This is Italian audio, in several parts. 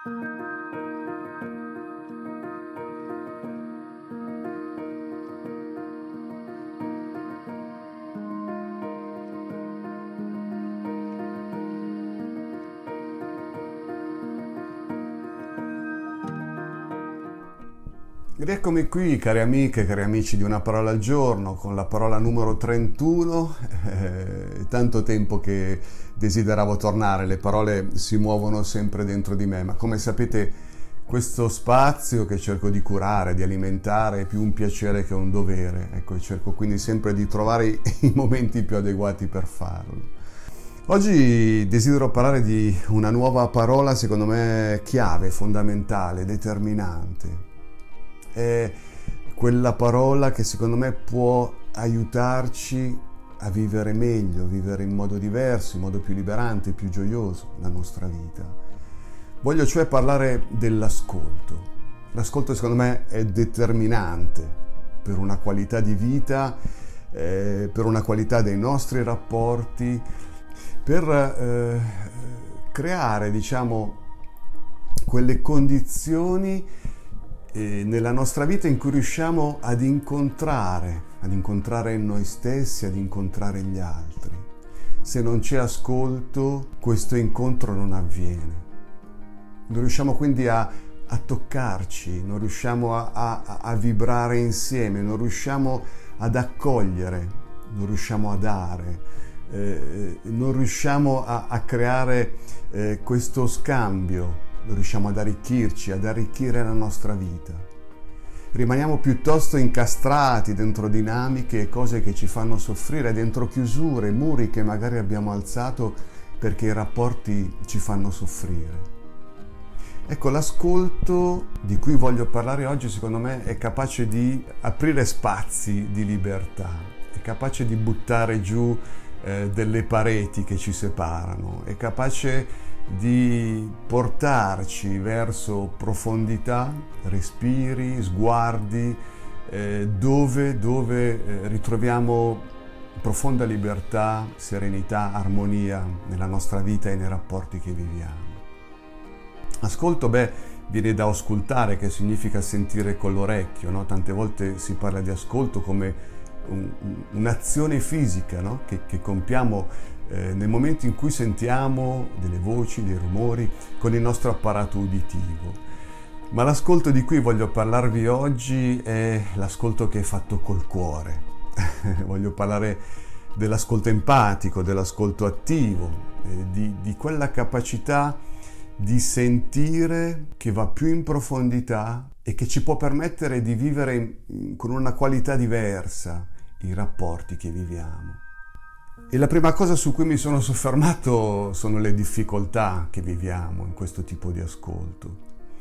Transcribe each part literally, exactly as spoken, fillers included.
Ed eccomi qui, cari amiche, cari amici di Una Parola al Giorno, con la parola numero trentuno. Eh, tanto tempo che desideravo tornare, le parole si muovono sempre dentro di me, ma come sapete questo spazio che cerco di curare, di alimentare, è più un piacere che un dovere. Ecco, e cerco quindi sempre di trovare i momenti più adeguati per farlo. Oggi desidero parlare di una nuova parola, secondo me chiave, fondamentale, determinante. È quella parola che secondo me può aiutarci a vivere meglio, vivere in modo diverso, in modo più liberante, più gioioso la nostra vita. Voglio cioè parlare dell'ascolto. L'ascolto secondo me è determinante per una qualità di vita, eh, per una qualità dei nostri rapporti, per eh, creare, diciamo, quelle condizioni nella nostra vita in cui riusciamo ad incontrare, ad incontrare noi stessi, ad incontrare gli altri. Se non c'è ascolto, questo incontro non avviene. Non riusciamo quindi a, a toccarci, non riusciamo a, a, a vibrare insieme, non riusciamo ad accogliere, non riusciamo a dare, eh, non riusciamo a, a creare eh, questo scambio. Non riusciamo ad arricchirci, ad arricchire la nostra vita. Rimaniamo piuttosto incastrati dentro dinamiche e cose che ci fanno soffrire, dentro chiusure, muri che magari abbiamo alzato perché i rapporti ci fanno soffrire. Ecco, l'ascolto di cui voglio parlare oggi, secondo me, è capace di aprire spazi di libertà, è capace di buttare giù eh, delle pareti che ci separano, è capace di portarci verso profondità, respiri, sguardi, eh, dove, dove eh, ritroviamo profonda libertà, serenità, armonia nella nostra vita e nei rapporti che viviamo. Ascolto, beh, viene da auscultare, che significa sentire con l'orecchio, no? Tante volte si parla di ascolto come un, un'azione fisica, no? che, che compiamo Eh, nel momento in cui sentiamo delle voci, dei rumori con il nostro apparato uditivo. Ma l'ascolto di cui voglio parlarvi oggi è l'ascolto che è fatto col cuore. Voglio parlare dell'ascolto empatico, dell'ascolto attivo, eh, di, di quella capacità di sentire che va più in profondità e che ci può permettere di vivere in, con una qualità diversa i rapporti che viviamo. E la prima cosa su cui mi sono soffermato sono le difficoltà che viviamo in questo tipo di ascolto.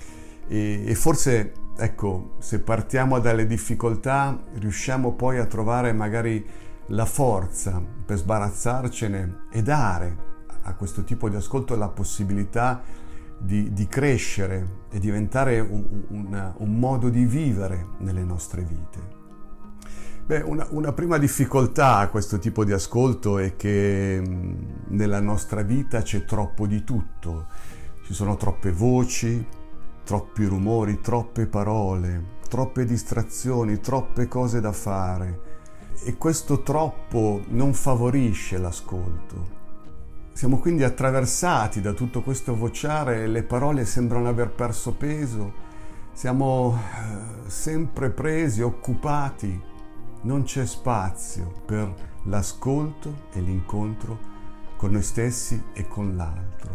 E, e forse, ecco, se partiamo dalle difficoltà, riusciamo poi a trovare magari la forza per sbarazzarcene e dare a questo tipo di ascolto la possibilità di, di crescere e diventare un, un, un modo di vivere nelle nostre vite. Beh, una, una prima difficoltà a questo tipo di ascolto è che mh, nella nostra vita c'è troppo di tutto. Ci sono troppe voci, troppi rumori, troppe parole, troppe distrazioni, troppe cose da fare. E questo troppo non favorisce l'ascolto. Siamo quindi attraversati da tutto questo vociare e le parole sembrano aver perso peso. Siamo eh, sempre presi, occupati. Non c'è spazio per l'ascolto e l'incontro con noi stessi e con l'altro.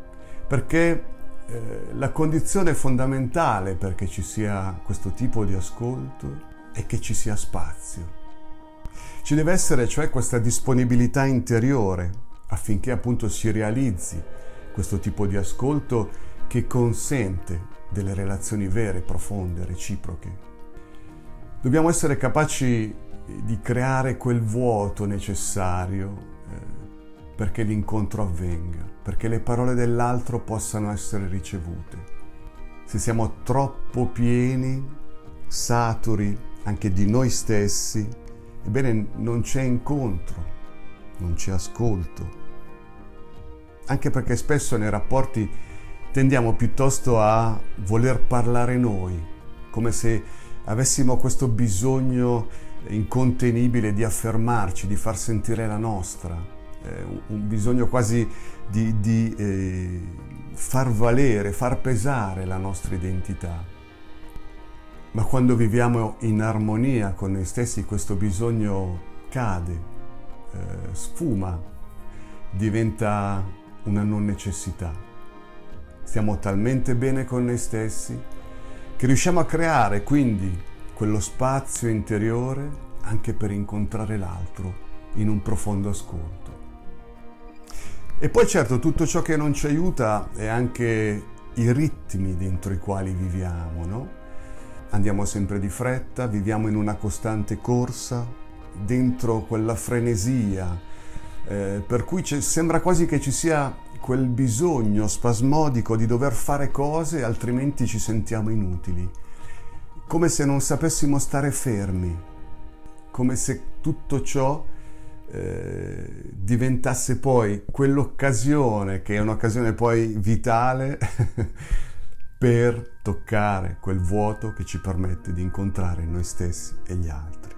Perché eh, la condizione fondamentale perché ci sia questo tipo di ascolto è che ci sia spazio. Ci deve essere cioè questa disponibilità interiore affinché appunto si realizzi questo tipo di ascolto che consente delle relazioni vere, profonde, reciproche. Dobbiamo essere capaci di creare quel vuoto necessario eh, perché l'incontro avvenga, perché le parole dell'altro possano essere ricevute. Se siamo troppo pieni, saturi anche di noi stessi, ebbene non c'è incontro, non c'è ascolto. Anche perché spesso nei rapporti tendiamo piuttosto a voler parlare noi, come se avessimo questo bisogno incontenibile di affermarci, di far sentire la nostra, eh, un, un bisogno quasi di, di eh, far valere, far pesare la nostra identità. Ma quando viviamo in armonia con noi stessi, questo bisogno cade, eh, sfuma, diventa una non necessità. Stiamo talmente bene con noi stessi che riusciamo a creare quindi quello spazio interiore anche per incontrare l'altro in un profondo ascolto. E poi certo tutto ciò che non ci aiuta è anche i ritmi dentro i quali viviamo, no? Andiamo sempre di fretta, viviamo in una costante corsa, dentro quella frenesia, eh, per cui sembra quasi che ci sia quel bisogno spasmodico di dover fare cose, altrimenti ci sentiamo inutili, come se non sapessimo stare fermi, come se tutto ciò eh, diventasse poi quell'occasione, che è un'occasione poi vitale, per toccare quel vuoto che ci permette di incontrare noi stessi e gli altri.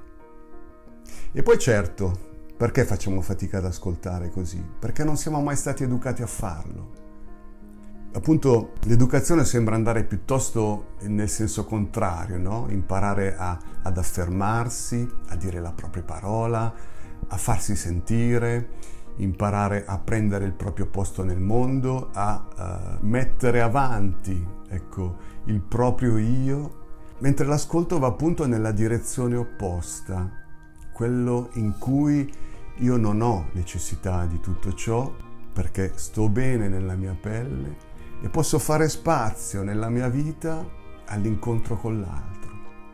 E poi certo, perché facciamo fatica ad ascoltare così? Perché non siamo mai stati educati a farlo. Appunto, l'educazione sembra andare piuttosto nel senso contrario, no? Imparare a, ad affermarsi, a dire la propria parola, a farsi sentire, imparare a prendere il proprio posto nel mondo, a uh, mettere avanti, ecco, il proprio io, mentre l'ascolto va appunto nella direzione opposta, quello in cui io non ho necessità di tutto ciò perché sto bene nella mia pelle e posso fare spazio nella mia vita all'incontro con l'altro.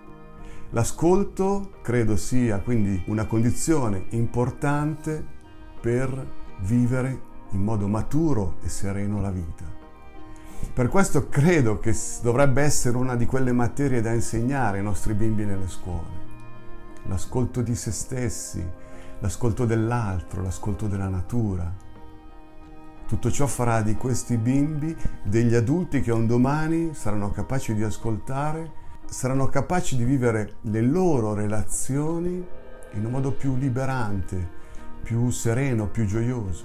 L'ascolto credo sia quindi una condizione importante per vivere in modo maturo e sereno la vita. Per questo credo che dovrebbe essere una di quelle materie da insegnare ai nostri bimbi nelle scuole. L'ascolto di se stessi, l'ascolto dell'altro, l'ascolto della natura. Tutto ciò farà di questi bimbi degli adulti che un domani saranno capaci di ascoltare, saranno capaci di vivere le loro relazioni in un modo più liberante, più sereno, più gioioso.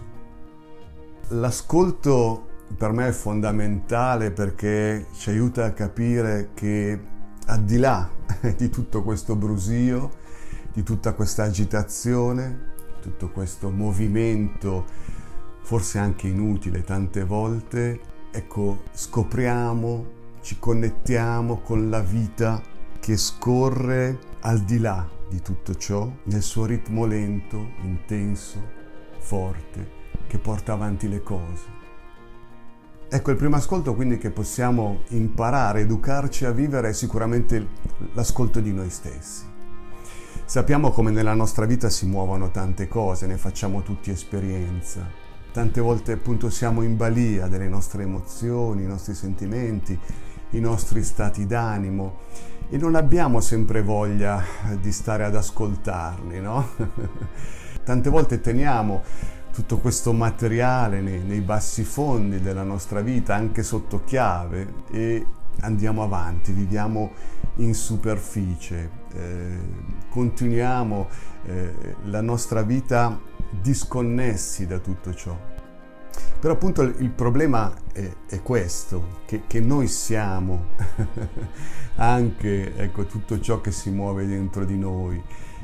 L'ascolto per me è fondamentale perché ci aiuta a capire che al di là di tutto questo brusio, di tutta questa agitazione, tutto questo movimento, forse anche inutile tante volte, ecco, scopriamo, ci connettiamo con la vita che scorre al di là di tutto ciò, nel suo ritmo lento, intenso, forte, che porta avanti le cose. Ecco, il primo ascolto quindi che possiamo imparare, educarci a vivere è sicuramente l'ascolto di noi stessi. Sappiamo come nella nostra vita si muovono tante cose, ne facciamo tutti esperienza. Tante volte appunto siamo in balia delle nostre emozioni, i nostri sentimenti, i nostri stati d'animo e non abbiamo sempre voglia di stare ad ascoltarli, no? Tante volte teniamo tutto questo materiale nei, nei bassi fondi della nostra vita, anche sotto chiave, e andiamo avanti, viviamo in superficie, eh, continuiamo eh, la nostra vita disconnessi da tutto ciò. Però appunto il problema è, è questo, che, che noi siamo anche, ecco, tutto ciò che si muove dentro di noi,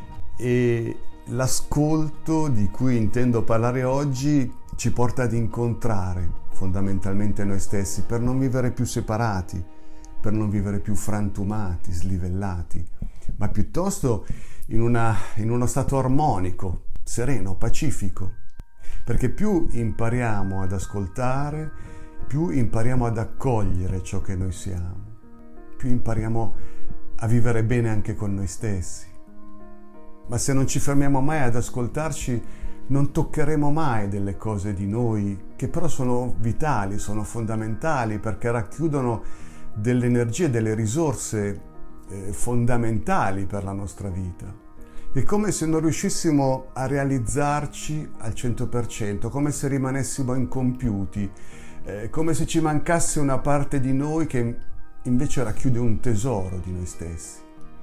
e l'ascolto di cui intendo parlare oggi ci porta ad incontrare fondamentalmente noi stessi per non vivere più separati, per non vivere più frantumati, slivellati, ma piuttosto in, una, in uno stato armonico, sereno, pacifico. Perché più impariamo ad ascoltare, più impariamo ad accogliere ciò che noi siamo, più impariamo a vivere bene anche con noi stessi. Ma se non ci fermiamo mai ad ascoltarci, non toccheremo mai delle cose di noi che però sono vitali, sono fondamentali, perché racchiudono delle energie, delle risorse eh, fondamentali per la nostra vita. È come se non riuscissimo a realizzarci al cento per cento, come se rimanessimo incompiuti, È come se ci mancasse una parte di noi che invece racchiude un tesoro di noi stessi.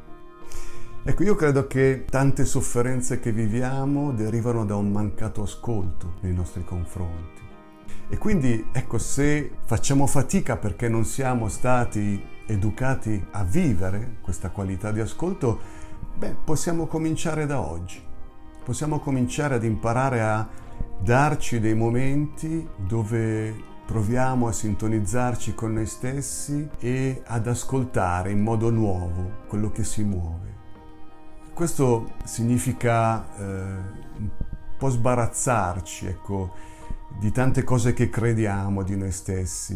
Ecco, io credo che tante sofferenze che viviamo derivano da un mancato ascolto nei nostri confronti. E quindi, ecco, se facciamo fatica perché non siamo stati educati a vivere questa qualità di ascolto, beh, possiamo cominciare da oggi. Possiamo cominciare ad imparare a darci dei momenti dove proviamo a sintonizzarci con noi stessi e ad ascoltare in modo nuovo quello che si muove. Questo significa eh, un po' sbarazzarci, ecco, di tante cose che crediamo di noi stessi,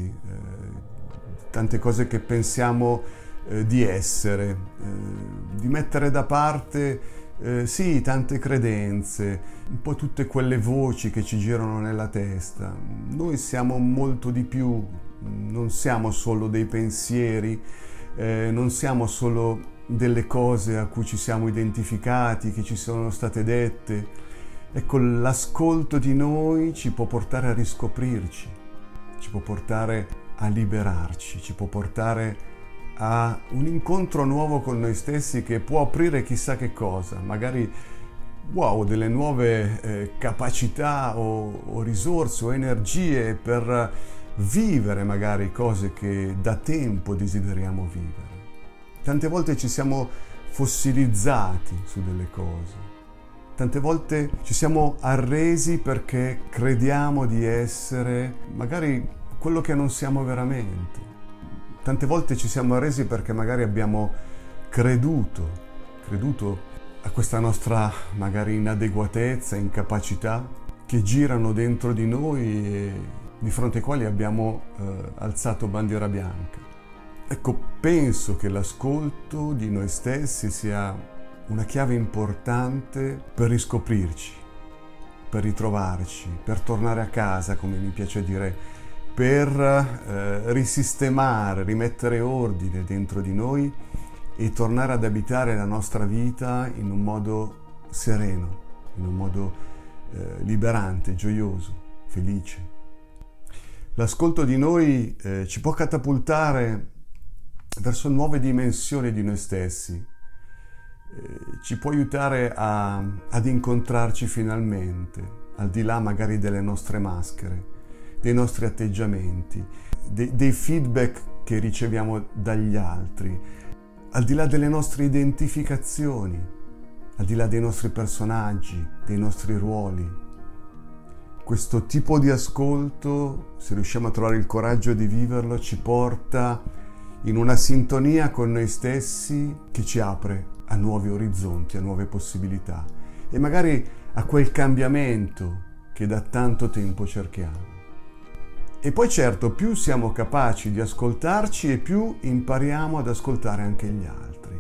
eh, tante cose che pensiamo eh, di essere, eh, di mettere da parte, eh, sì, tante credenze, un po' tutte quelle voci che ci girano nella testa. Noi siamo molto di più, non siamo solo dei pensieri, eh, non siamo solo delle cose a cui ci siamo identificati, che ci sono state dette. Ecco, l'ascolto di noi ci può portare a riscoprirci, ci può portare a liberarci, ci può portare a un incontro nuovo con noi stessi che può aprire chissà che cosa, magari wow, delle nuove eh, capacità o, o risorse o energie per vivere magari cose che da tempo desideriamo vivere. Tante volte ci siamo fossilizzati su delle cose, tante volte ci siamo arresi perché crediamo di essere magari quello che non siamo veramente. Tante volte ci siamo arresi perché magari abbiamo creduto, creduto a questa nostra magari inadeguatezza, incapacità che girano dentro di noi e di fronte ai quali abbiamo eh, alzato bandiera bianca. Ecco, penso che l'ascolto di noi stessi sia una chiave importante per riscoprirci, per ritrovarci, per tornare a casa, come mi piace dire, per eh, risistemare, rimettere ordine dentro di noi e tornare ad abitare la nostra vita in un modo sereno, in un modo eh, liberante, gioioso, felice. L'ascolto di noi eh, ci può catapultare verso nuove dimensioni di noi stessi, eh, ci può aiutare a, ad incontrarci finalmente, al di là magari delle nostre maschere, dei nostri atteggiamenti, de, dei feedback che riceviamo dagli altri, al di là delle nostre identificazioni, al di là dei nostri personaggi, dei nostri ruoli. Questo tipo di ascolto, se riusciamo a trovare il coraggio di viverlo, ci porta in una sintonia con noi stessi che ci apre a nuovi orizzonti, a nuove possibilità e magari a quel cambiamento che da tanto tempo cerchiamo. E poi certo, più siamo capaci di ascoltarci e più impariamo ad ascoltare anche gli altri.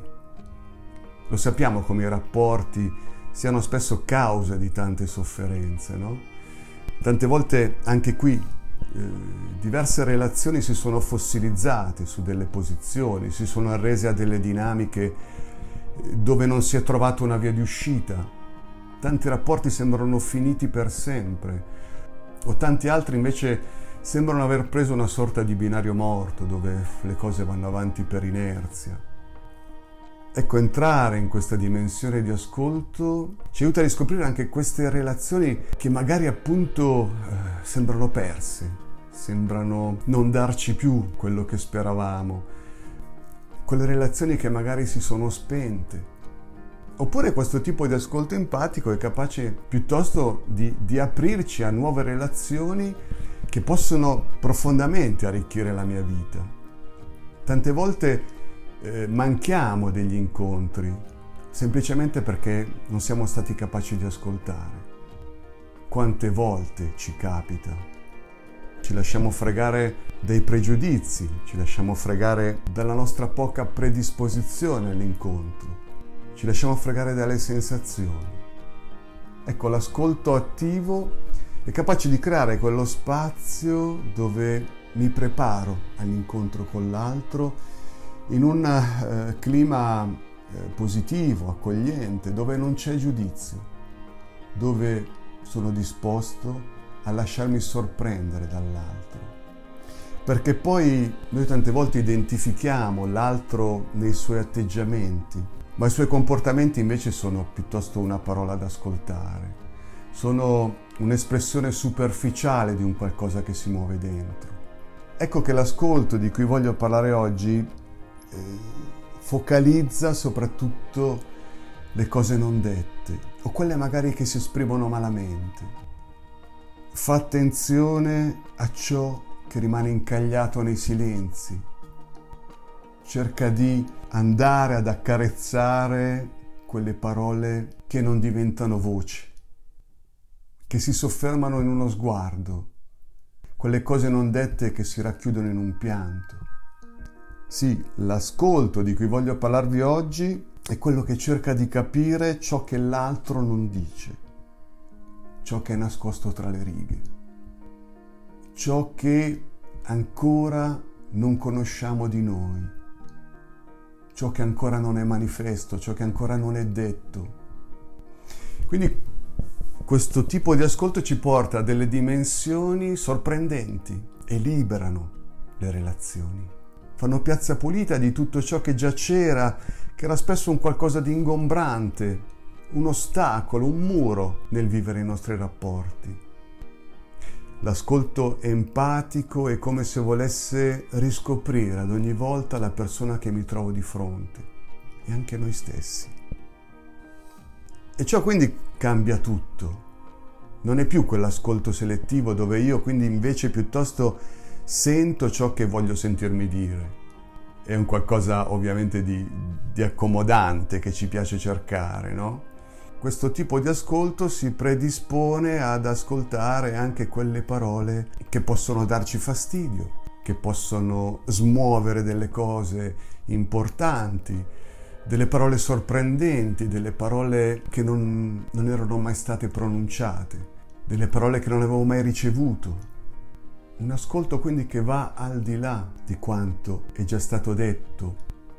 Lo sappiamo come i rapporti siano spesso causa di tante sofferenze, no? Tante volte anche qui Eh, diverse relazioni si sono fossilizzate su delle posizioni, si sono arrese a delle dinamiche dove non si è trovata una via di uscita. Tanti rapporti sembrano finiti per sempre, o tanti altri invece sembrano aver preso una sorta di binario morto dove le cose vanno avanti per inerzia. Ecco, entrare in questa dimensione di ascolto ci aiuta a riscoprire anche queste relazioni che magari appunto eh, sembrano perse, sembrano non darci più quello che speravamo, quelle relazioni che magari si sono spente. Oppure questo tipo di ascolto empatico è capace piuttosto di, di aprirci a nuove relazioni che possono profondamente arricchire la mia vita. Tante volte Eh, manchiamo degli incontri semplicemente perché non siamo stati capaci di ascoltare. Quante volte ci capita? Ci lasciamo fregare dai pregiudizi, ci lasciamo fregare dalla nostra poca predisposizione all'incontro, ci lasciamo fregare dalle sensazioni. Ecco, l'ascolto attivo è capace di creare quello spazio dove mi preparo all'incontro con l'altro in un eh, clima eh, positivo, accogliente, dove non c'è giudizio, dove sono disposto a lasciarmi sorprendere dall'altro. perché poi noi tante volte identifichiamo l'altro nei suoi atteggiamenti, ma i suoi comportamenti invece sono piuttosto una parola da ascoltare, sono un'espressione superficiale di un qualcosa che si muove dentro. Ecco che l'ascolto di cui voglio parlare oggi eh, focalizza soprattutto le cose non dette o quelle magari che si esprimono malamente. Fa attenzione a ciò che rimane incagliato nei silenzi. Cerca di andare ad accarezzare quelle parole che non diventano voci, che si soffermano in uno sguardo, quelle cose non dette che si racchiudono in un pianto. Sì, l'ascolto di cui voglio parlarvi oggi è quello che cerca di capire ciò che l'altro non dice, ciò che è nascosto tra le righe, ciò che ancora non conosciamo di noi, ciò che ancora non è manifesto, ciò che ancora non è detto. Quindi questo tipo di ascolto ci porta a delle dimensioni sorprendenti e liberano le relazioni. Fanno piazza pulita di tutto ciò che già c'era, che era spesso un qualcosa di ingombrante, un ostacolo, un muro nel vivere i nostri rapporti. L'ascolto empatico è come se volesse riscoprire ad ogni volta la persona che mi trovo di fronte e anche noi stessi. E ciò quindi cambia tutto. Non è più quell'ascolto selettivo dove io quindi invece piuttosto sento ciò che voglio sentirmi dire. È un qualcosa ovviamente di, di accomodante che ci piace cercare, no? Questo tipo di ascolto si predispone ad ascoltare anche quelle parole che possono darci fastidio, che possono smuovere delle cose importanti, delle parole sorprendenti, delle parole che non, non erano mai state pronunciate, delle parole che non avevo mai ricevuto. Un ascolto quindi che va al di là di quanto è già stato detto.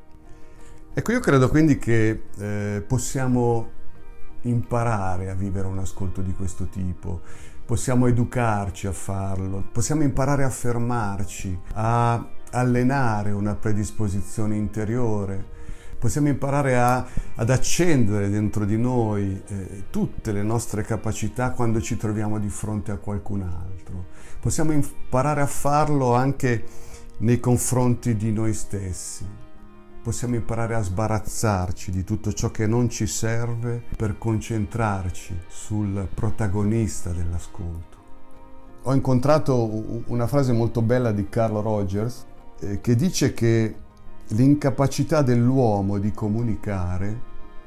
Ecco, io credo quindi che eh, possiamo imparare a vivere un ascolto di questo tipo, possiamo educarci a farlo, possiamo imparare a fermarci, a allenare una predisposizione interiore. Possiamo imparare a, ad accendere dentro di noi eh, tutte le nostre capacità quando ci troviamo di fronte a qualcun altro. Possiamo imparare a farlo anche nei confronti di noi stessi. Possiamo imparare a sbarazzarci di tutto ciò che non ci serve per concentrarci sul protagonista dell'ascolto. Ho incontrato una frase molto bella di Carl Rogers eh, che dice che l'incapacità dell'uomo di comunicare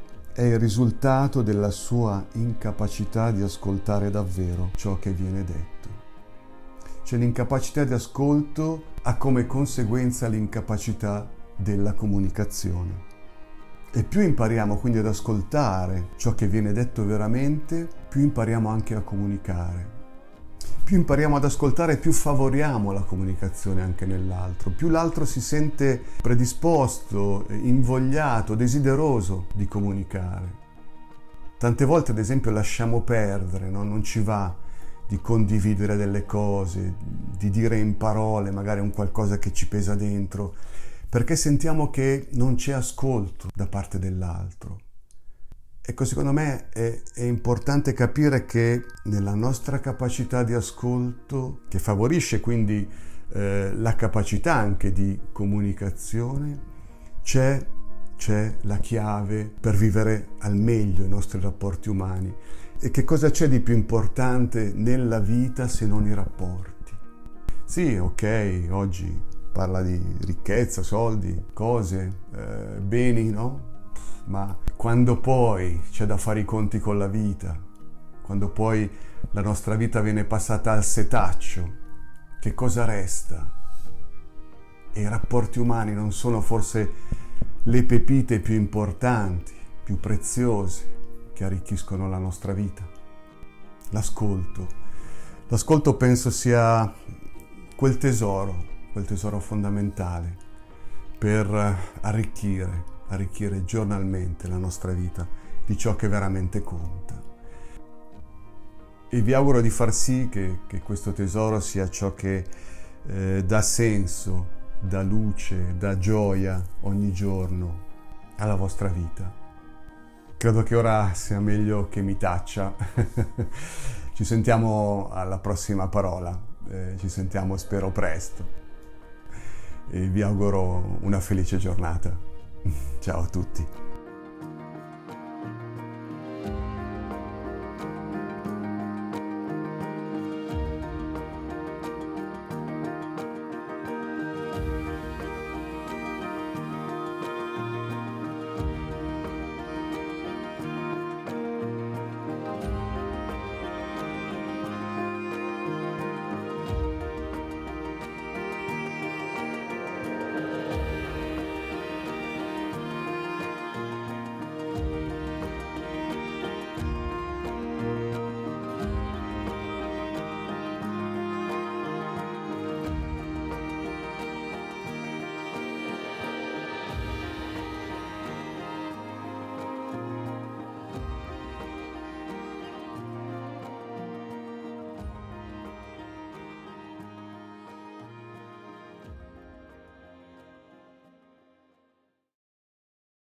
è il risultato della sua incapacità di ascoltare davvero ciò che viene detto. Cioè l'incapacità di ascolto ha come conseguenza l'incapacità della comunicazione. E più impariamo quindi ad ascoltare ciò che viene detto veramente, più impariamo anche a comunicare. Più impariamo ad ascoltare, più favoriamo la comunicazione anche nell'altro, più l'altro si sente predisposto, invogliato, desideroso di comunicare. Tante volte, ad esempio, lasciamo perdere, no? Non ci va di condividere delle cose, di dire in parole magari un qualcosa che ci pesa dentro, perché sentiamo che non c'è ascolto da parte dell'altro. Ecco, secondo me è, è importante capire che nella nostra capacità di ascolto, che favorisce quindi eh, la capacità anche di comunicazione, c'è, c'è la chiave per vivere al meglio i nostri rapporti umani. E che cosa c'è di più importante nella vita se non i rapporti? Sì, ok, oggi parla di ricchezza, soldi, cose, eh, beni, no? Ma quando poi c'è da fare i conti con la vita, quando poi la nostra vita viene passata al setaccio, che cosa resta? E i rapporti umani non sono forse le pepite più importanti, più preziose, che arricchiscono la nostra vita? L'ascolto. L'ascolto penso sia quel tesoro, quel tesoro fondamentale per arricchire arricchire giornalmente la nostra vita di ciò che veramente conta. E vi auguro di far sì che, che questo tesoro sia ciò che eh, dà senso, dà luce, dà gioia ogni giorno alla vostra vita. Credo che ora sia meglio che mi taccia. Ci sentiamo alla prossima parola, eh, ci sentiamo spero presto e vi auguro una felice giornata. Ciao a tutti.